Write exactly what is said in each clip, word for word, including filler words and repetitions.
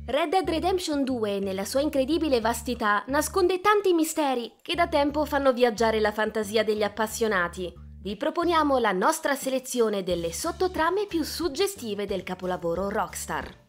Red Dead Redemption due, nella sua incredibile vastità, nasconde tanti misteri che da tempo fanno viaggiare la fantasia degli appassionati. Vi proponiamo la nostra selezione delle sottotrame più suggestive del capolavoro Rockstar.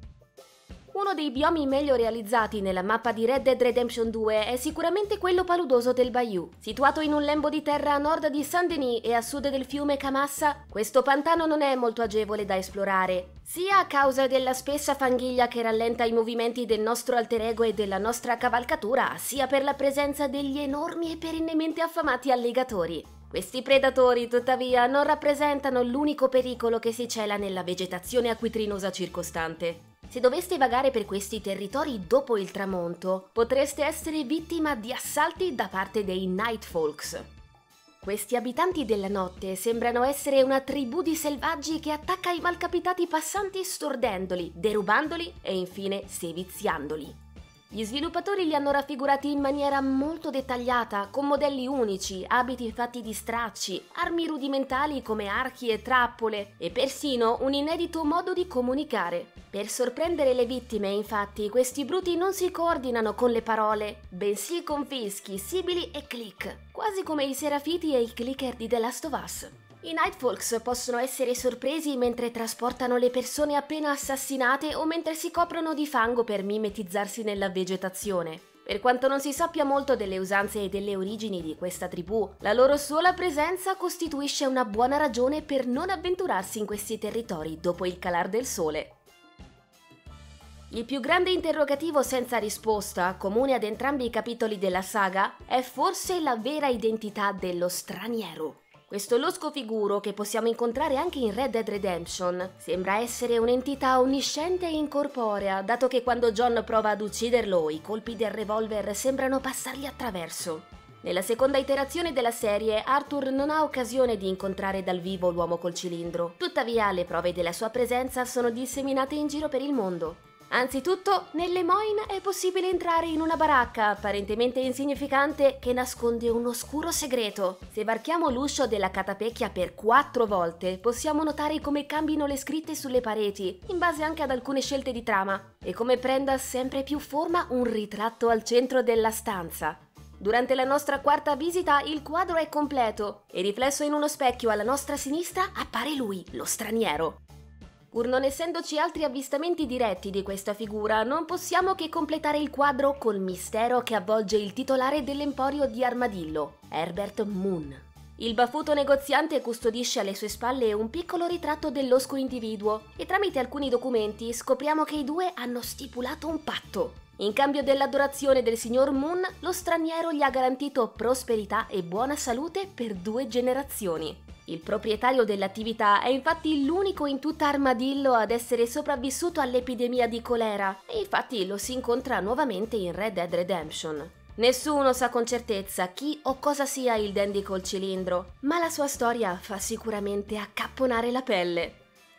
Uno dei biomi meglio realizzati nella mappa di Red Dead Redemption due è sicuramente quello paludoso del Bayou. Situato in un lembo di terra a nord di Saint-Denis e a sud del fiume Camassa, questo pantano non è molto agevole da esplorare, sia a causa della spessa fanghiglia che rallenta i movimenti del nostro alter ego e della nostra cavalcatura, sia per la presenza degli enormi e perennemente affamati alligatori. Questi predatori, tuttavia, non rappresentano l'unico pericolo che si cela nella vegetazione acquitrinosa circostante. Se doveste vagare per questi territori dopo il tramonto, potreste essere vittima di assalti da parte dei Nightfolks. Questi abitanti della notte sembrano essere una tribù di selvaggi che attacca i malcapitati passanti stordendoli, derubandoli e infine seviziandoli. Gli sviluppatori li hanno raffigurati in maniera molto dettagliata, con modelli unici, abiti fatti di stracci, armi rudimentali come archi e trappole e persino un inedito modo di comunicare. Per sorprendere le vittime, infatti, questi bruti non si coordinano con le parole, bensì con fischi, sibili e click, quasi come i serafiti e i clicker di The Last of Us. I Nightfolks possono essere sorpresi mentre trasportano le persone appena assassinate o mentre si coprono di fango per mimetizzarsi nella vegetazione. Per quanto non si sappia molto delle usanze e delle origini di questa tribù, la loro sola presenza costituisce una buona ragione per non avventurarsi in questi territori dopo il calar del sole. Il più grande interrogativo senza risposta, comune ad entrambi i capitoli della saga, è forse la vera identità dello straniero. Questo losco figuro, che possiamo incontrare anche in Red Dead Redemption, sembra essere un'entità onnisciente e incorporea, dato che quando John prova ad ucciderlo, i colpi del revolver sembrano passargli attraverso. Nella seconda iterazione della serie, Arthur non ha occasione di incontrare dal vivo l'uomo col cilindro, tuttavia le prove della sua presenza sono disseminate in giro per il mondo. Anzitutto, nelle Moine è possibile entrare in una baracca apparentemente insignificante che nasconde un oscuro segreto. Se varchiamo l'uscio della catapecchia per quattro volte, possiamo notare come cambino le scritte sulle pareti, in base anche ad alcune scelte di trama, e come prenda sempre più forma un ritratto al centro della stanza. Durante la nostra quarta visita il quadro è completo e riflesso in uno specchio alla nostra sinistra appare lui, lo straniero. Pur non essendoci altri avvistamenti diretti di questa figura, non possiamo che completare il quadro col mistero che avvolge il titolare dell'emporio di Armadillo, Herbert Moon. Il baffuto negoziante custodisce alle sue spalle un piccolo ritratto dell'osco individuo e tramite alcuni documenti scopriamo che i due hanno stipulato un patto. In cambio dell'adorazione del signor Moon, lo straniero gli ha garantito prosperità e buona salute per due generazioni. Il proprietario dell'attività è infatti l'unico in tutta Armadillo ad essere sopravvissuto all'epidemia di colera e infatti lo si incontra nuovamente in Red Dead Redemption. Nessuno sa con certezza chi o cosa sia il dandy col cilindro, ma la sua storia fa sicuramente accapponare la pelle.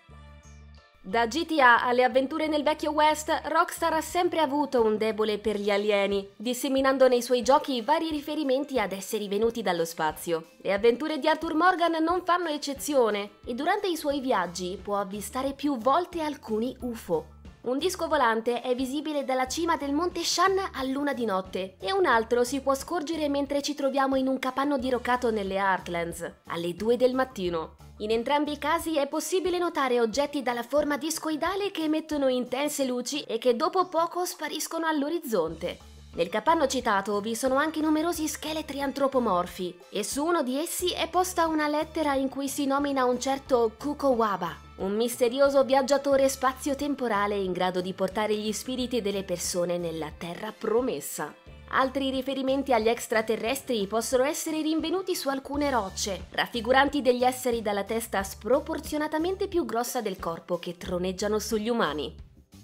Da G T A alle avventure nel vecchio West, Rockstar ha sempre avuto un debole per gli alieni, disseminando nei suoi giochi vari riferimenti ad esseri venuti dallo spazio. Le avventure di Arthur Morgan non fanno eccezione, e durante i suoi viaggi può avvistare più volte alcuni U F O. Un disco volante è visibile dalla cima del monte Shan a luna di notte, e un altro si può scorgere mentre ci troviamo in un capanno diroccato nelle Heartlands, alle due del mattino. In entrambi i casi è possibile notare oggetti dalla forma discoidale che emettono intense luci e che dopo poco spariscono all'orizzonte. Nel capanno citato vi sono anche numerosi scheletri antropomorfi e su uno di essi è posta una lettera in cui si nomina un certo Kuko Waba, un misterioso viaggiatore spazio-temporale in grado di portare gli spiriti delle persone nella terra promessa. Altri riferimenti agli extraterrestri possono essere rinvenuti su alcune rocce, raffiguranti degli esseri dalla testa sproporzionatamente più grossa del corpo che troneggiano sugli umani.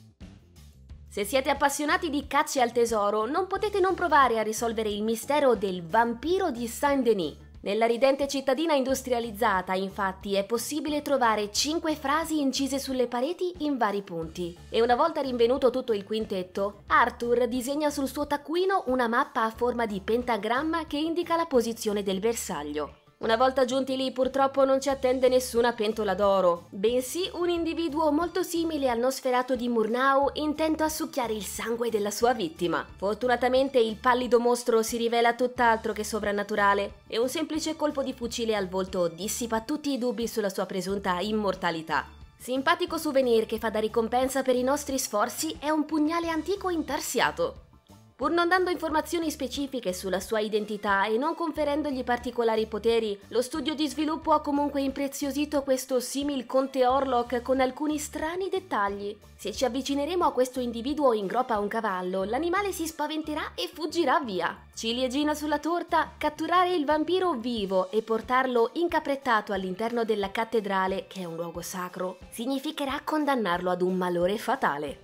Se siete appassionati di cacce al tesoro, non potete non provare a risolvere il mistero del vampiro di Saint-Denis. Nella ridente cittadina industrializzata, infatti, è possibile trovare cinque frasi incise sulle pareti in vari punti. E una volta rinvenuto tutto il quintetto, Arthur disegna sul suo taccuino una mappa a forma di pentagramma che indica la posizione del bersaglio. Una volta giunti lì purtroppo non ci attende nessuna pentola d'oro, bensì un individuo molto simile al Nosferatu di Murnau intento a succhiare il sangue della sua vittima. Fortunatamente il pallido mostro si rivela tutt'altro che sovrannaturale e un semplice colpo di fucile al volto dissipa tutti i dubbi sulla sua presunta immortalità. Simpatico souvenir che fa da ricompensa per i nostri sforzi è un pugnale antico intarsiato. Pur non dando informazioni specifiche sulla sua identità e non conferendogli particolari poteri, lo studio di sviluppo ha comunque impreziosito questo simil Conte Orlok con alcuni strani dettagli. Se ci avvicineremo a questo individuo in groppa a un cavallo, l'animale si spaventerà e fuggirà via. Ciliegina sulla torta, catturare il vampiro vivo e portarlo incaprettato all'interno della cattedrale, che è un luogo sacro, significherà condannarlo ad un malore fatale.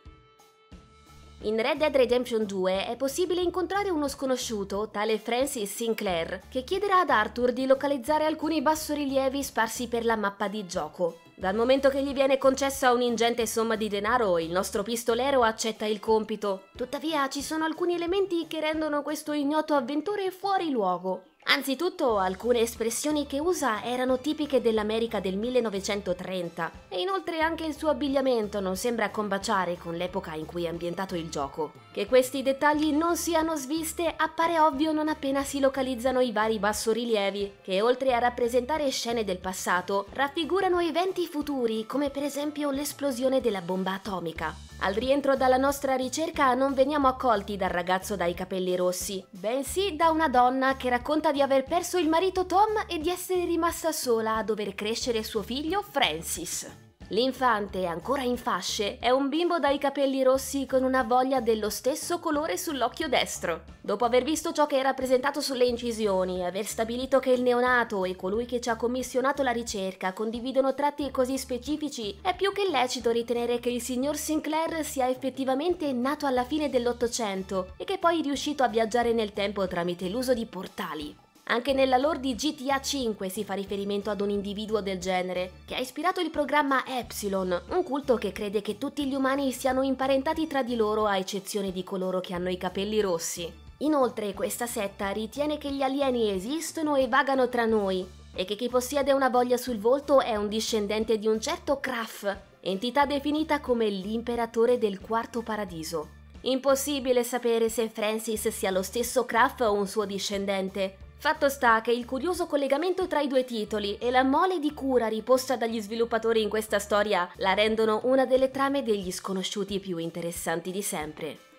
In Red Dead Redemption due è possibile incontrare uno sconosciuto, tale Francis Sinclair, che chiederà ad Arthur di localizzare alcuni bassorilievi sparsi per la mappa di gioco. Dal momento che gli viene concessa un'ingente somma di denaro, il nostro pistolero accetta il compito. Tuttavia ci sono alcuni elementi che rendono questo ignoto avventore fuori luogo. Anzitutto, alcune espressioni che usa erano tipiche dell'America del millenovecentotrenta e inoltre anche il suo abbigliamento non sembra combaciare con l'epoca in cui è ambientato il gioco. Che questi dettagli non siano sviste appare ovvio non appena si localizzano i vari bassorilievi, che oltre a rappresentare scene del passato, raffigurano eventi futuri come per esempio l'esplosione della bomba atomica. Al rientro dalla nostra ricerca non veniamo accolti dal ragazzo dai capelli rossi, bensì da una donna che racconta di aver perso il marito Tom e di essere rimasta sola a dover crescere suo figlio Francis. L'infante, ancora in fasce, è un bimbo dai capelli rossi con una voglia dello stesso colore sull'occhio destro. Dopo aver visto ciò che è rappresentato sulle incisioni e aver stabilito che il neonato e colui che ci ha commissionato la ricerca condividono tratti così specifici, è più che lecito ritenere che il signor Sinclair sia effettivamente nato alla fine dell'Ottocento e che poi è riuscito a viaggiare nel tempo tramite l'uso di portali. Anche nella lore di G T A cinque si fa riferimento ad un individuo del genere, che ha ispirato il programma Epsilon, un culto che crede che tutti gli umani siano imparentati tra di loro a eccezione di coloro che hanno i capelli rossi. Inoltre questa setta ritiene che gli alieni esistono e vagano tra noi, e che chi possiede una voglia sul volto è un discendente di un certo Krapf, entità definita come l'imperatore del quarto paradiso. Impossibile sapere se Francis sia lo stesso Krapf o un suo discendente. Fatto sta che il curioso collegamento tra i due titoli e la mole di cura riposta dagli sviluppatori in questa storia la rendono una delle trame degli sconosciuti più interessanti di sempre.